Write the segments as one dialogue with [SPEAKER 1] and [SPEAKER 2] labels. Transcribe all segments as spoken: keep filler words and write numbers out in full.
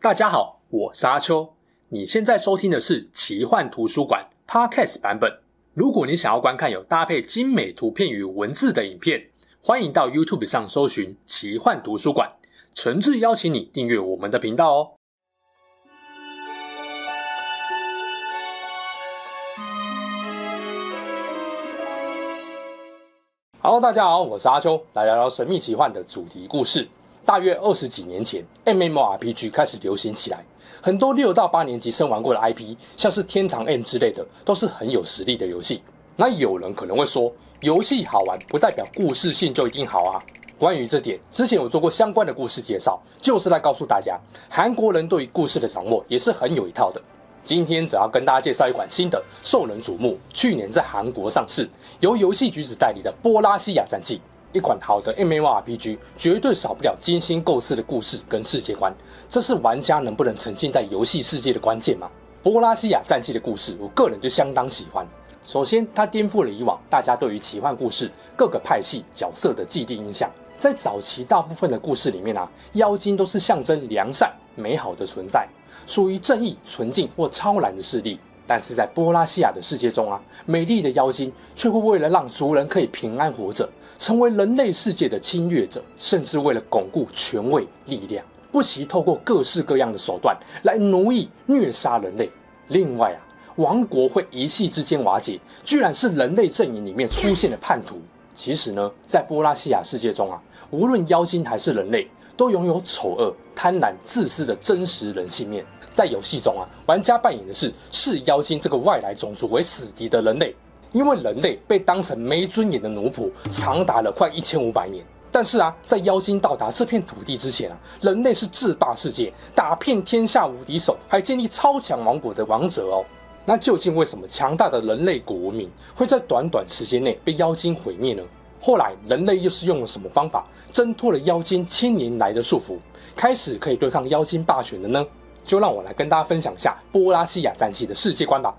[SPEAKER 1] 大家好，我是阿秋。你现在收听的是奇幻图书馆 Podcast 版本。如果你想要观看有搭配精美图片与文字的影片，欢迎到 YouTube 上搜寻奇幻图书馆，诚挚邀请你订阅我们的频道哦。Hello， 大家好，我是阿秋，来聊聊神秘奇幻的主题故事。大约二十几年前 ，M M O R P G 开始流行起来，很多六到八年级生玩过的 I P， 像是天堂 M 之类的，都是很有实力的游戏。那有人可能会说，游戏好玩不代表故事性就一定好啊。关于这点，之前有做过相关的故事介绍，就是来告诉大家，韩国人对于故事的掌握也是很有一套的。今天只要跟大家介绍一款新的、受人瞩目、去年在韩国上市、由游戏橘子代理的《波拉西亚战记》。一款好的 M M O R P G 绝对少不了精心构思的故事跟世界观，这是玩家能不能沉浸在游戏世界的关键嘛。波拉西亚战记的故事，我个人就相当喜欢。首先，它颠覆了以往大家对于奇幻故事各个派系角色的既定印象。在早期大部分的故事里面啊，妖精都是象征良善、美好的存在，属于正义、纯净或超然的势力。但是在波拉西亚的世界中啊，美丽的妖精却会为了让族人可以平安活着，成为人类世界的侵略者，甚至为了巩固权位力量，不惜透过各式各样的手段来奴役虐杀人类。另外啊，王国会一夕之间瓦解，居然是人类阵营里面出现的叛徒。其实呢，在波拉西亚世界中啊，无论妖精还是人类，都拥有丑恶、贪婪、自私的真实人性面。在游戏中啊，玩家扮演的是视妖精这个外来种族为死敌的人类，因为人类被当成没尊严的奴仆，长达了快一千五百年。但是啊，在妖精到达这片土地之前啊，人类是制霸世界、打遍天下无敌手，还建立超强王国的王者哦。那究竟为什么强大的人类古文明会在短短时间内被妖精毁灭呢？后来人类又是用了什么方法挣脱了妖精千年来的束缚，开始可以对抗妖精霸权的呢？就让我来跟大家分享一下波拉西亚战记的世界观吧。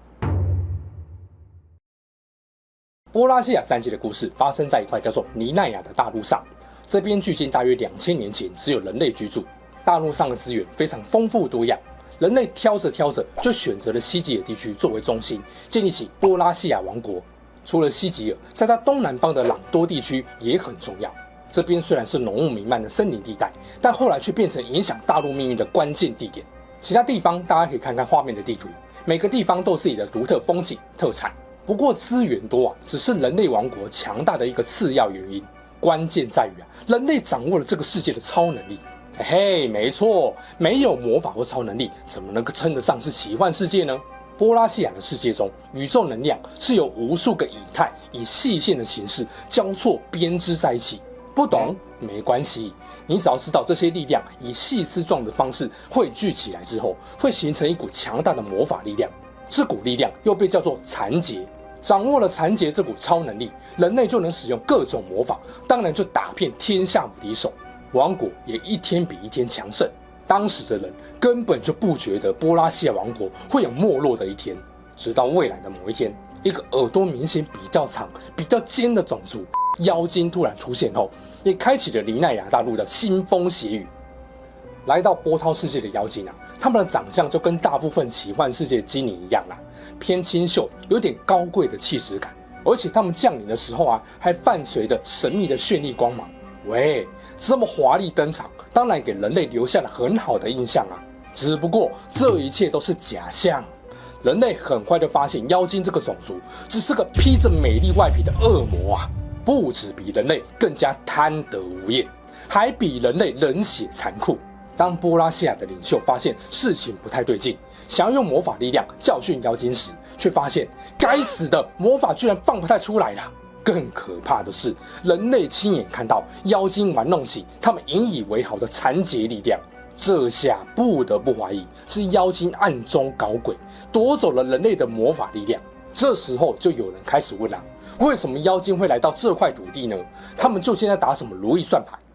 [SPEAKER 1] 波拉西亚战记的故事发生在一块叫做尼奈亚的大陆上，这边距今大约两千年前只有人类居住，大陆上的资源非常丰富多样，人类挑着挑着就选择了西吉尔地区作为中心，建立起波拉西亚王国。除了西吉尔，在它东南方的朗多地区也很重要。这边虽然是浓雾弥漫的森林地带，但后来却变成影响大陆命运的关键地点。其他地方大家可以看看画面的地图，每个地方都有自己的独特风景特产。不过资源多啊，只是人类王国强大的一个次要原因。关键在于啊，人类掌握了这个世界的超能力。嘿嘿，没错，没有魔法或超能力，怎么能够称得上是奇幻世界呢？波拉西亚的世界中，宇宙能量是由无数个以太以细线的形式交错编织在一起。不懂没关系，你只要知道这些力量以细丝状的方式汇聚起来之后，会形成一股强大的魔法力量。这股力量又被叫做残劫。掌握了残劫这股超能力，人类就能使用各种魔法，当然就打遍天下无敌手，王国也一天比一天强盛。当时的人根本就不觉得波拉西亚王国会有没落的一天，直到未来的某一天，一个耳朵明显比较长、比较尖的种族妖精突然出现后，也开启了尼奈亚大陆的腥风血雨。来到波涛世界的妖精啊，他们的长相就跟大部分奇幻世界的精灵一样啦，偏清秀，有点高贵的气质感。而且他们降临的时候啊，还伴随着神秘的绚丽光芒。喂，这么华丽登场，当然给人类留下了很好的印象啊。只不过这一切都是假象。人类很快就发现，妖精这个种族只是个披着美丽外皮的恶魔啊！不止比人类更加贪得无厌，还比人类冷血残酷。当波拉西亚的领袖发现事情不太对劲，想要用魔法力量教训妖精时，却发现该死的魔法居然放不太出来了。更可怕的是，人类亲眼看到妖精玩弄起他们引以为豪的残劫力量，这下不得不怀疑是妖精暗中搞鬼，夺走了人类的魔法力量。这时候就有人开始问了，为什么妖精会来到这块土地呢？他们究竟在打什么如意算盘？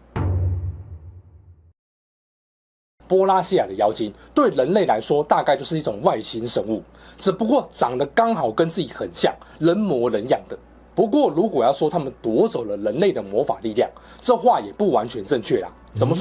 [SPEAKER 1] 波拉西亚的妖精对人类来说大概就是一种外星生物，只不过长得刚好跟自己很像，人模人样的。不过如果要说他们夺走了人类的魔法力量，这话也不完全正确啦。怎么说？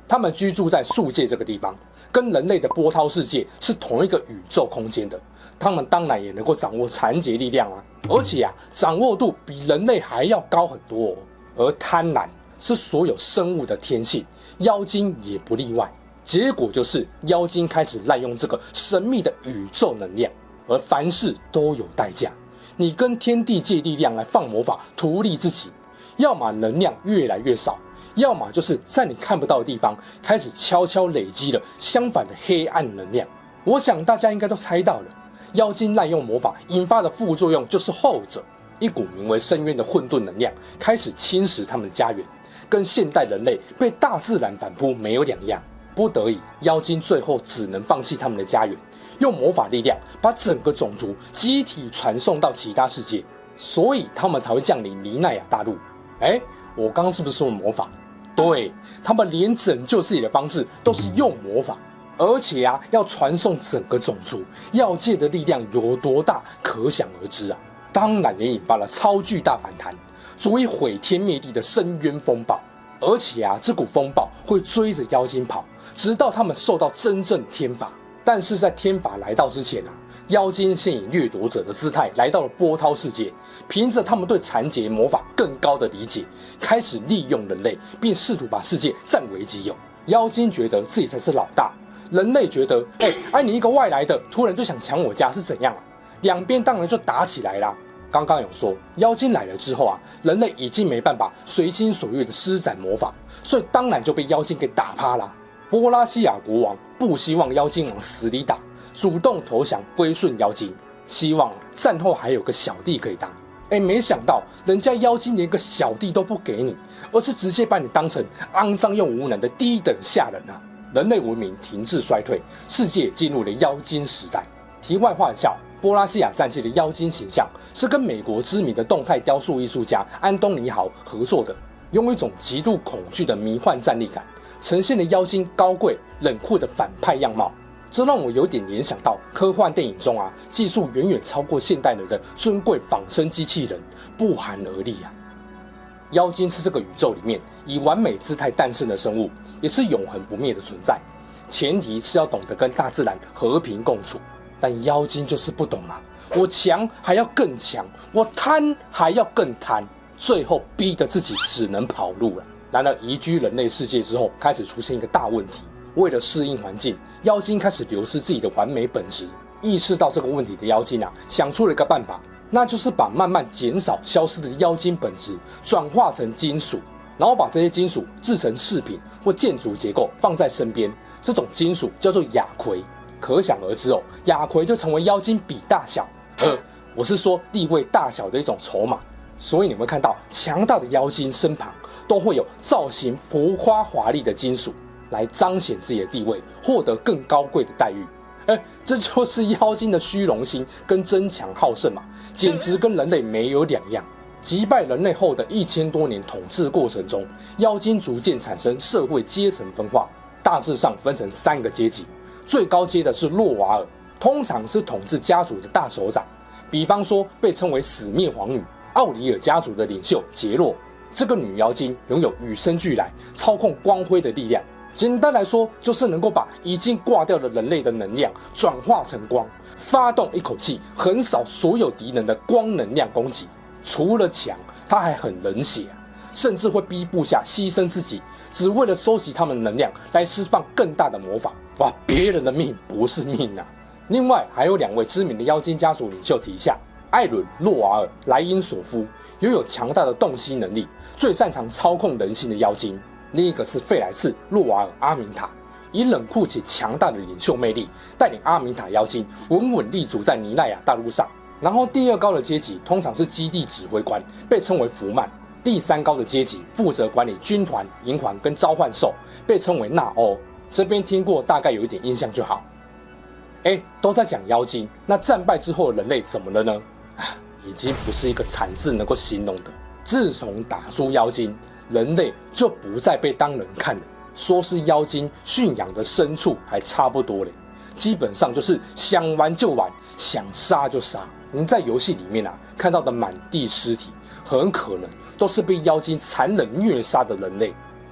[SPEAKER 1] 他们居住在树界这个地方，跟人类的波涛世界是同一个宇宙空间的。他们当然也能够掌握残劫力量啊，而且啊，掌握度比人类还要高很多哦。而贪婪是所有生物的天性，妖精也不例外。结果就是妖精开始滥用这个神秘的宇宙能量，而凡事都有代价。你跟天地界力量来放魔法图利自己，要么能量越来越少，要么就是在你看不到的地方开始悄悄累积了相反的黑暗能量。我想大家应该都猜到了，妖精滥用魔法引发的副作用就是后者，一股名为深渊的混沌能量开始侵蚀他们的家园，跟现代人类被大自然反扑没有两样。不得已，妖精最后只能放弃他们的家园，用魔法力量把整个种族集体传送到其他世界，所以他们才会降临尼奈亚大陆。哎，我刚刚是不是说魔法？对，他们连拯救自己的方式都是用魔法，而且啊，要传送整个种族，妖界的力量有多大，可想而知啊。当然也引发了超巨大反弹，足以毁天灭地的深渊风暴。而且啊，这股风暴会追着妖精跑，直到他们受到真正天罚。但是在天罚来到之前啊，妖精先以掠夺者的姿态来到了波涛世界，凭着他们对残劫魔法更高的理解，开始利用人类，并试图把世界占为己有。妖精觉得自己才是老大，人类觉得，哎、欸，哎、啊，你一个外来的，突然就想抢我家是怎样啊？两边当然就打起来啦。刚刚有说，妖精来了之后啊，人类已经没办法随心所欲的施展魔法，所以当然就被妖精给打趴啦。波拉西亚国王不希望妖精往死里打，主动投降归顺妖精，希望战后还有个小弟可以当。哎，没想到人家妖精连个小弟都不给你，而是直接把你当成肮脏又无能的低等下人啊！人类文明停滞衰退，世界进入了妖精时代。题外话一下，波拉西亚战记的妖精形象是跟美国知名的动态雕塑艺术家安东尼豪合作的，用一种极度恐惧的迷幻战力感，呈现了妖精高贵冷酷的反派样貌。这让我有点联想到科幻电影中啊，技术远远超过现代人的尊贵仿生机器人，不寒而栗啊。妖精是这个宇宙里面以完美姿态诞生的生物，也是永恒不灭的存在，前提是要懂得跟大自然和平共处。但妖精就是不懂啊，我强还要更强，我贪还要更贪，最后逼得自己只能跑路了。然而移居人类世界之后，开始出现一个大问题，为了适应环境，妖精开始流失自己的完美本质。意识到这个问题的妖精啊，想出了一个办法，那就是把慢慢减少消失的妖精本质转化成金属，然后把这些金属制成饰品或建筑结构放在身边，这种金属叫做亚葵。可想而知哦，亚葵就成为妖精比大小，呃，我是说地位大小的一种筹码。所以你会看到强大的妖精身旁都会有造型浮夸华丽的金属，来彰显自己的地位，获得更高贵的待遇。哎，这就是妖精的虚荣心跟争强好胜嘛，简直跟人类没有两样。击败人类后的一千多年统治过程中，妖精逐渐产生社会阶层分化，大致上分成三个阶级。最高阶的是洛瓦尔，通常是统治家族的大首长，比方说被称为死灭皇女奥里尔家族的领袖杰洛。这个女妖精拥有与生俱来操控光辉的力量，简单来说就是能够把已经挂掉的人类的能量转化成光，发动一口气横扫所有敌人的光能量攻击。除了强，她还很冷血啊，甚至会逼部下牺牲自己，只为了收集他们的能量来释放更大的魔法。哇，别人的命不是命啊！另外还有两位知名的妖精家族领袖提下，艾伦·洛瓦尔·莱因索夫拥有强大的洞悉能力，最擅长操控人心的妖精。另一个是费莱斯·洛瓦尔·阿明塔，以冷酷且强大的领袖魅力，带领阿明塔妖精稳稳立足在尼奈亚大陆上。然后第二高的阶级通常是基地指挥官，被称为福曼。第三高的阶级负责管理军团、营环跟召唤兽，被称为纳欧。这边听过，大概有一点印象就好。哎，都在讲妖精，那战败之后的人类怎么了呢？已经不是一个惨字能够形容的。自从打输妖精，人类就不再被当人看了，说是妖精驯养的牲畜还差不多嘞。基本上就是想玩就玩，想杀就杀。您在游戏里面啊看到的满地尸体，很可能都是被妖精残忍虐杀的人类。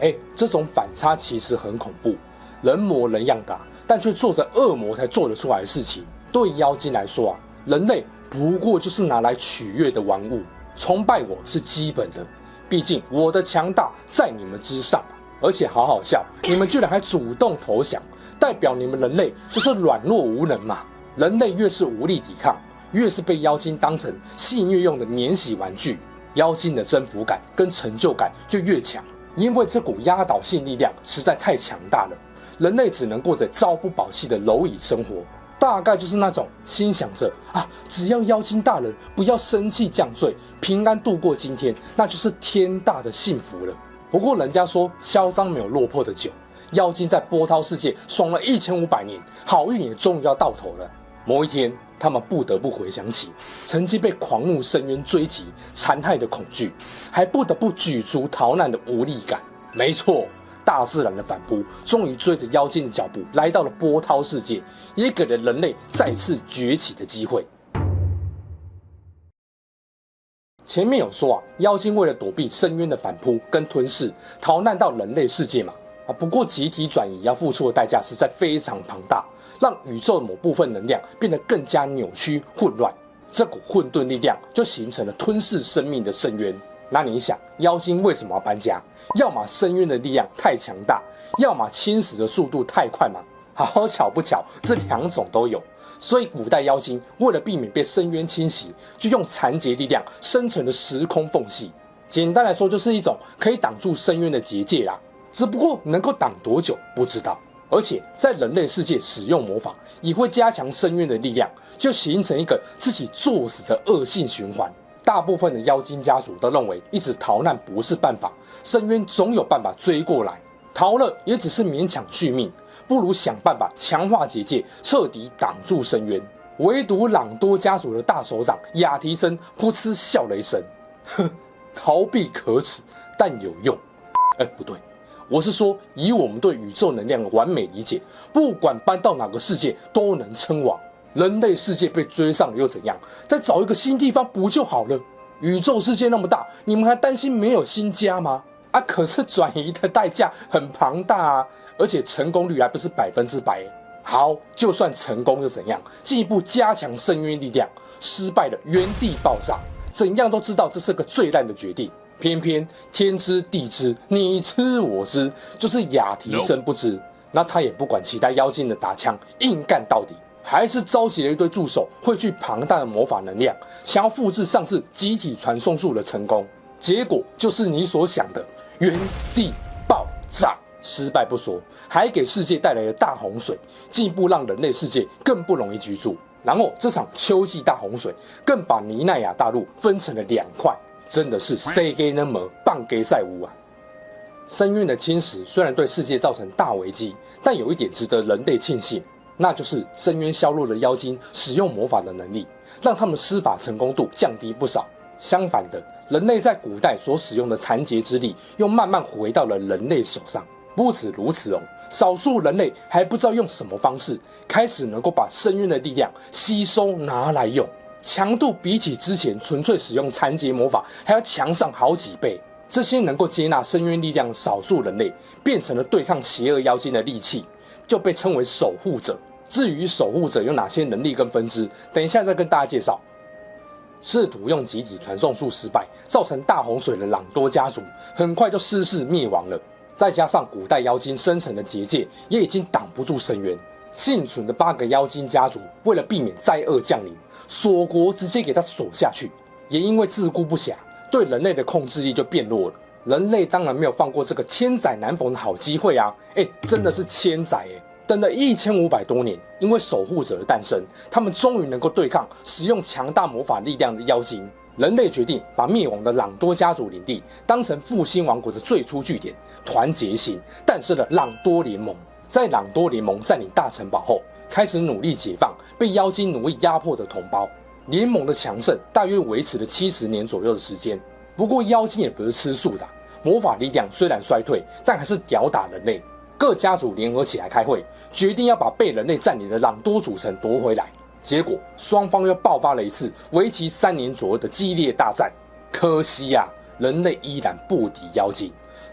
[SPEAKER 1] 哎，这种反差其实很恐怖。人模人样的、啊，但却做着恶魔才做得出来的事情。对妖精来说啊，人类不过就是拿来取悦的玩物，崇拜我是基本的。毕竟我的强大在你们之上，而且好好笑，你们居然还主动投降，代表你们人类就是软弱无能嘛。人类越是无力抵抗，越是被妖精当成戏谑用的免洗玩具，妖精的征服感跟成就感就越强。因为这股压倒性力量实在太强大了，人类只能过着朝不保夕的蝼蚁生活。大概就是那种心想着啊，只要妖精大人不要生气降罪，平安度过今天，那就是天大的幸福了。不过人家说嚣张没有落魄的久，妖精在波涛世界爽了一千五百年，好运也终于要到头了。某一天，他们不得不回想起曾经被狂怒深渊追击残害的恐惧，还不得不举足逃难的无力感。没错，大自然的反扑终于追着妖精的脚步来到了波涛世界，也给了人类再次崛起的机会。前面有说啊，妖精为了躲避深渊的反扑跟吞噬，逃难到人类世界嘛。啊，不过集体转移要付出的代价实在非常庞大，让宇宙的某部分能量变得更加扭曲混乱。这股混沌力量就形成了吞噬生命的深渊。那你想，妖精为什么要搬家？要么深渊的力量太强大，要么侵蚀的速度太快嘛。好巧不巧，这两种都有。所以古代妖精为了避免被深渊侵袭，就用残劫力量生成了时空缝隙。简单来说，就是一种可以挡住深渊的结界啦。只不过能够挡多久不知道。而且在人类世界使用魔法，也会加强深渊的力量，就形成一个自己作死的恶性循环。大部分的妖精家族都认为一直逃难不是办法，深渊总有办法追过来，逃了也只是勉强续命，不如想办法强化结界，彻底挡住深渊。唯独朗多家族的大首长雅提森噗嗤笑了一声，哼，逃避可耻，但有用。哎，不对，我是说以我们对宇宙能量的完美理解，不管搬到哪个世界都能称王。人类世界被追上了又怎样？再找一个新地方不就好了？宇宙世界那么大，你们还担心没有新家吗？啊，可是转移的代价很庞大啊，而且成功率还不是百分之百。好，就算成功又怎样？进一步加强深渊力量，失败了原地爆炸，怎样都知道这是个最烂的决定。偏偏天知地知，你知我知，就是雅提森不知。那他也不管其他妖精的打枪，硬干到底。还是召集了一堆助手，汇聚庞大的魔法能量，想要复制上次集体传送术的成功。结果就是你所想的原地爆炸，失败不说，还给世界带来了大洪水，进一步让人类世界更不容易居住。然后这场秋季大洪水更把尼奈亚大陆分成了两块，真的是谁给那么棒给赛屋啊！深渊的侵蚀虽然对世界造成大危机，但有一点值得人类庆幸。那就是深渊削弱了妖精使用魔法的能力，让他们施法成功度降低不少。相反的，人类在古代所使用的残劫之力又慢慢回到了人类手上。不止如此哦，少数人类还不知道用什么方式，开始能够把深渊的力量吸收拿来用，强度比起之前纯粹使用残劫魔法还要强上好几倍。这些能够接纳深渊力量的少数人类，变成了对抗邪恶妖精的利器，就被称为守护者。至于守护者有哪些能力跟分支，等一下再跟大家介绍。试图用集体传送术失败，造成大洪水的朗多家族，很快就失势灭亡了。再加上古代妖精生成的结界，也已经挡不住深渊。幸存的八个妖精家族，为了避免灾厄降临，锁国直接给它锁下去。也因为自顾不暇，对人类的控制力就变弱了。人类当然没有放过这个千载难逢的好机会啊！哎，真的是千载哎！等了一千五百多年，因为守护者的诞生，他们终于能够对抗使用强大魔法力量的妖精。人类决定把灭亡的朗多家族领地当成复兴王国的最初据点，团结型诞生了朗多联盟。在朗多联盟占领大城堡后，开始努力解放被妖精奴役压迫的同胞。联盟的强盛大约维持了七十年左右的时间。不过妖精也不是吃素的，魔法力量虽然衰退，但还是吊打人类。各家族联合起来开会，决定要把被人类占领的朗多主城夺回来。结果双方又爆发了一次为期三年左右的激烈大战。可惜啊，人类依然不敌妖精，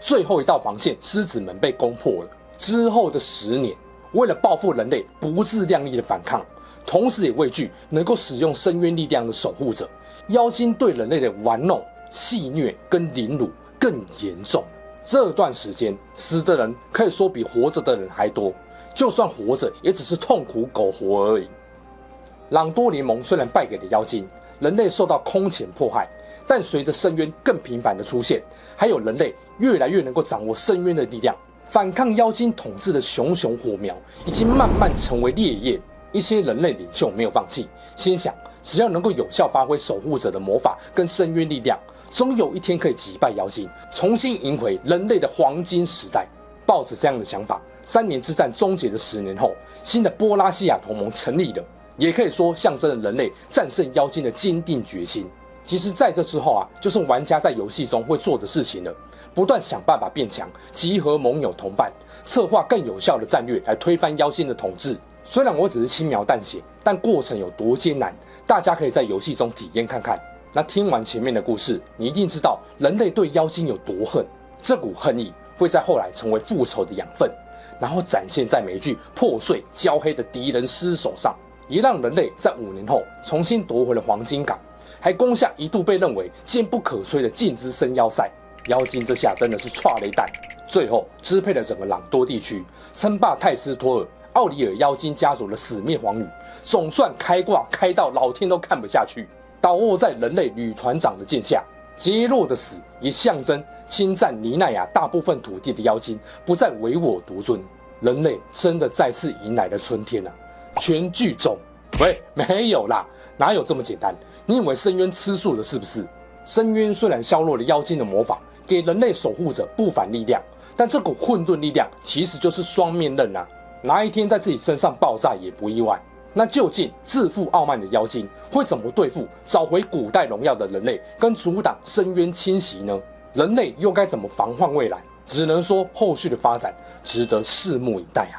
[SPEAKER 1] 最后一道防线狮子门被攻破了。之后的十年，为了报复人类不自量力的反抗，同时也畏惧能够使用深渊力量的守护者，妖精对人类的玩弄、戏虐跟凌辱更严重。这段时间，死的人可以说比活着的人还多，就算活着，也只是痛苦苟活而已。朗多联盟虽然败给了妖精，人类受到空前迫害，但随着深渊更频繁的出现，还有人类越来越能够掌握深渊的力量，反抗妖精统治的熊熊火苗已经慢慢成为烈焰。一些人类领袖没有放弃，心想只要能够有效发挥守护者的魔法跟深渊力量，总有一天可以击败妖精，重新赢回人类的黄金时代。抱着这样的想法，三年之战终结的十年后，新的波拉西亚同盟成立了，也可以说象征了人类战胜妖精的坚定决心。其实在这之后啊，就是玩家在游戏中会做的事情了，不断想办法变强，集合盟友同伴，策划更有效的战略来推翻妖精的统治。虽然我只是轻描淡写，但过程有多艰难，大家可以在游戏中体验看看。那听完前面的故事，你一定知道人类对妖精有多恨，这股恨意会在后来成为复仇的养分，然后展现在每一具破碎焦黑的敌人尸首上，也让人类在五年后重新夺回了黄金港，还攻下一度被认为坚不可摧的镜之森要塞。妖精这下真的是剉雷弹，最后支配了整个朗多地区，称霸泰斯托尔、奥里尔妖精家族的死灭皇女，总算开挂开到老天都看不下去。倒卧在人类女团长的剑下，杰洛的死也象征侵占尼奈亚大部分土地的妖精不再唯我独尊，人类真的再次迎来了春天啊！全剧终。喂，没有啦，哪有这么简单？你以为深渊吃素的是不是？深渊虽然削弱了妖精的魔法，给人类守护者不凡力量，但这股混沌力量其实就是双面刃啊！哪一天在自己身上爆炸也不意外。那究竟自负傲慢的妖精会怎么对付找回古代荣耀的人类，跟阻挡深渊侵袭呢？人类又该怎么防患未来？只能说后续的发展值得拭目以待啊！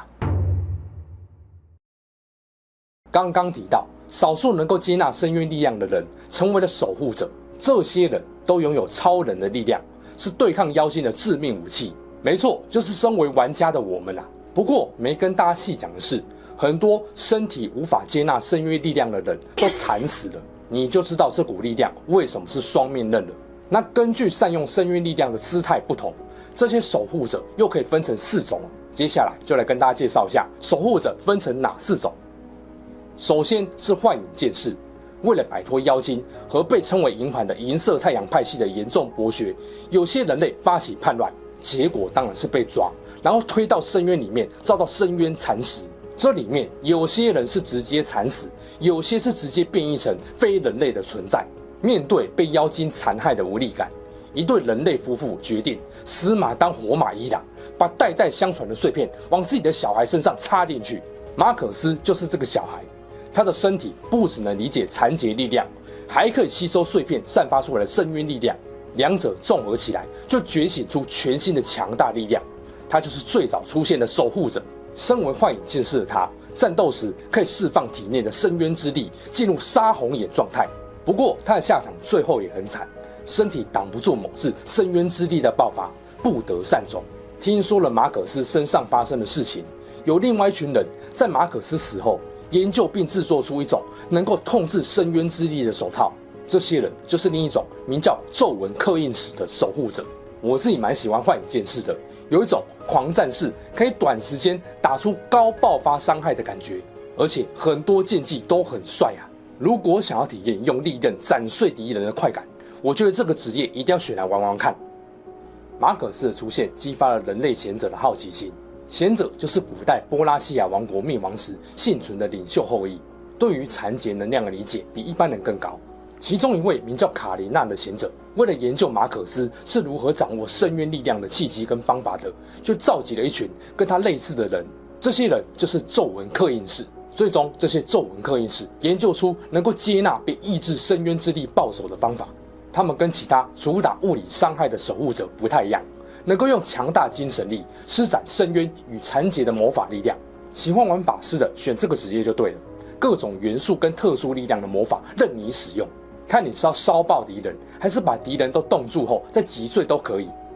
[SPEAKER 1] 刚刚提到，少数能够接纳深渊力量的人成为了守护者，这些人都拥有超人的力量，是对抗妖精的致命武器。没错，就是身为玩家的我们啊。不过没跟大家细讲的是，很多身体无法接纳深渊力量的人都惨死了，你就知道这股力量为什么是双面刃了。那根据善用深渊力量的姿态不同，这些守护者又可以分成四种。接下来就来跟大家介绍一下守护者分成哪四种。首先是幻影剑士，为了摆脱妖精和被称为银环的银色太阳派系的严重剥削，有些人类发起叛乱，结果当然是被抓，然后推到深渊里面，遭到深渊蚕食。这里面有些人是直接惨死，有些是直接变异成非人类的存在。面对被妖精残害的无力感，一对人类夫妇决定死马当活马医啦，把代代相传的碎片往自己的小孩身上插进去。马可斯就是这个小孩，他的身体不只能理解残劫力量，还可以吸收碎片散发出来的深渊力量，两者综合起来就觉醒出全新的强大力量。他就是最早出现的守护者。身为幻影剑士的他，战斗时可以释放体内的深渊之力，进入杀红眼状态。不过他的下场最后也很惨，身体挡不住某次深渊之力的爆发，不得善终。听说了马可斯身上发生的事情，有另外一群人在马可斯死后研究并制作出一种能够控制深渊之力的手套，这些人就是另一种名叫皱纹刻印石的守护者。我自己蛮喜欢幻影剑士的，有一种狂战士可以短时间打出高爆发伤害的感觉，而且很多剑技都很帅啊。如果想要体验用利刃斩碎敌人的快感，我觉得这个职业一定要选来玩玩看。马可斯的出现激发了人类贤者的好奇心，贤者就是古代波拉西亚王国灭亡时幸存的领袖后裔，对于残劫能量的理解比一般人更高。其中一位名叫卡琳娜的贤者，为了研究马可斯是如何掌握深渊力量的契机跟方法的，就召集了一群跟他类似的人，这些人就是皱纹刻印士。最终，这些皱纹刻印士研究出能够接纳并抑制深渊之力暴走的方法。他们跟其他主打物理伤害的守护者不太一样，能够用强大精神力施展深渊与残劫的魔法力量。喜欢玩法师的选这个职业就对了，各种元素跟特殊力量的魔法任你使用。看你是要烧爆敌人，还是把敌人都冻住后再击碎都可以。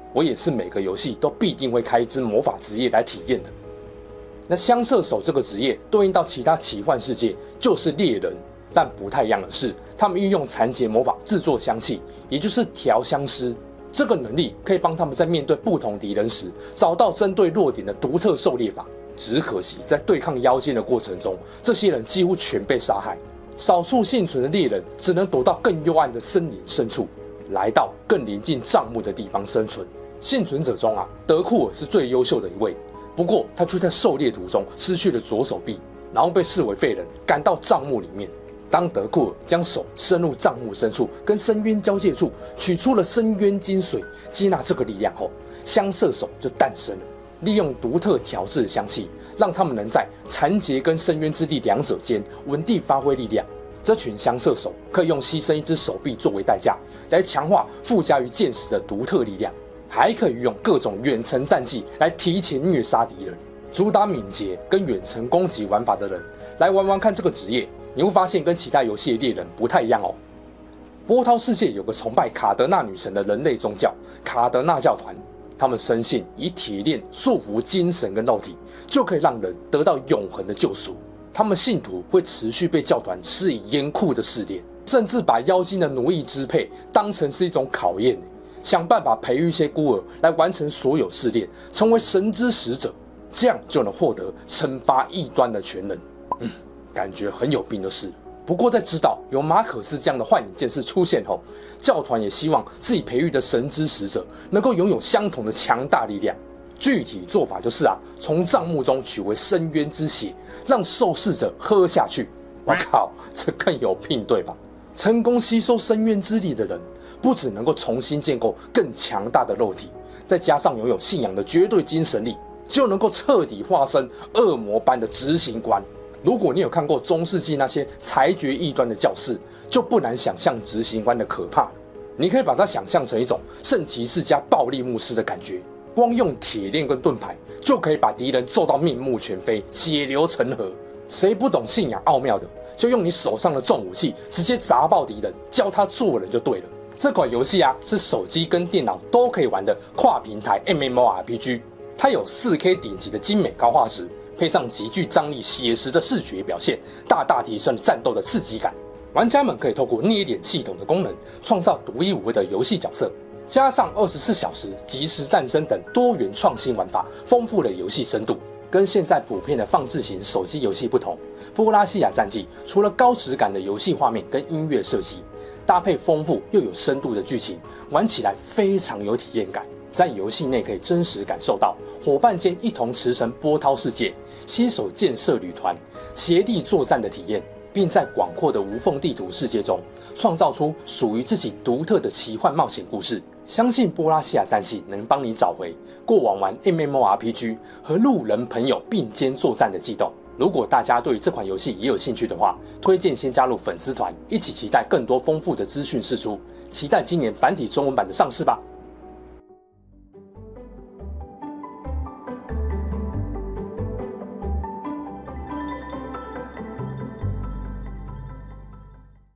[SPEAKER 1] 我也是每个游戏都必定会开一支魔法职业来体验的。那香射手这个职业对应到其他奇幻世界就是猎人，但不太一样的是，他们运用残结魔法制作香气，也就是调香师。这个能力可以帮他们在面对不同敌人时，找到针对弱点的独特狩猎法。只可惜在对抗妖精的过程中，这些人几乎全被杀害，少数幸存的猎人只能躲到更幽暗的森林深处，来到更临近帐幕的地方生存。幸存者中啊，德库尔是最优秀的一位，不过他却在狩猎途中失去了左手臂，然后被视为废人，赶到帐幕里面。当德库尔将手伸入帐幕深处，跟深渊交界处取出了深渊精髓，接纳这个力量后，香射手就诞生了。利用独特调制的香气，让他们能在残结跟深渊之地两者间稳定发挥力量。这群香射手可以用牺牲一只手臂作为代价，来强化附加于剑矢的独特力量，还可以运用各种远程战技来提前虐杀敌人。主打敏捷跟远程攻击玩法的人来玩玩看这个职业，你会发现跟其他游戏的猎人不太一样哦。波涛世界有个崇拜卡德纳女神的人类宗教卡德纳教团，他们深信以铁链束缚精神跟肉体，就可以让人得到永恒的救赎。他们信徒会持续被教团施以严酷的试炼，甚至把妖精的奴役支配当成是一种考验，想办法培育一些孤儿来完成所有试炼，成为神之使者，这样就能获得惩罚异端的全能。嗯，感觉很有病的事。不过在知道有马可斯这样的幻影剑士出现后，教团也希望自己培育的神之使者能够拥有相同的强大力量。具体做法就是啊，从帐幕中取回深渊之血，让受试者喝下去。我靠，这更有病对吧？成功吸收深渊之力的人，不只能够重新建构更强大的肉体，再加上拥有信仰的绝对精神力，就能够彻底化身恶魔般的执行官。如果你有看过中世纪那些裁决异端的教士，就不难想象执行官的可怕。你可以把它想象成一种圣骑士加暴力牧师的感觉，光用铁链跟盾牌就可以把敌人揍到面目全非，血流成河。谁不懂信仰奥妙的，就用你手上的重武器直接砸爆敌人，教他做人就对了。这款游戏啊，是手机跟电脑都可以玩的跨平台 M M O R P G， 它有 四K 顶级的精美高画质，配上极具张力写实的视觉表现，大大提升了战斗的刺激感。玩家们可以透过捏脸系统的功能，创造独一无二的游戏角色，加上二十四小时即时战争等多元创新玩法，丰富了游戏深度。跟现在普遍的放置型手机游戏不同，波拉西亚战记除了高质感的游戏画面跟音乐设计，搭配丰富又有深度的剧情，玩起来非常有体验感。在游戏内可以真实感受到伙伴间一同驰骋波涛世界，携手建设旅团，协力作战的体验，并在广阔的无缝地图世界中创造出属于自己独特的奇幻冒险故事。相信波拉西亚战记能帮你找回过往玩 M M O R P G 和路人朋友并肩作战的悸动。如果大家对于这款游戏也有兴趣的话，推荐先加入粉丝团，一起期待更多丰富的资讯释出，期待今年繁体中文版的上市吧。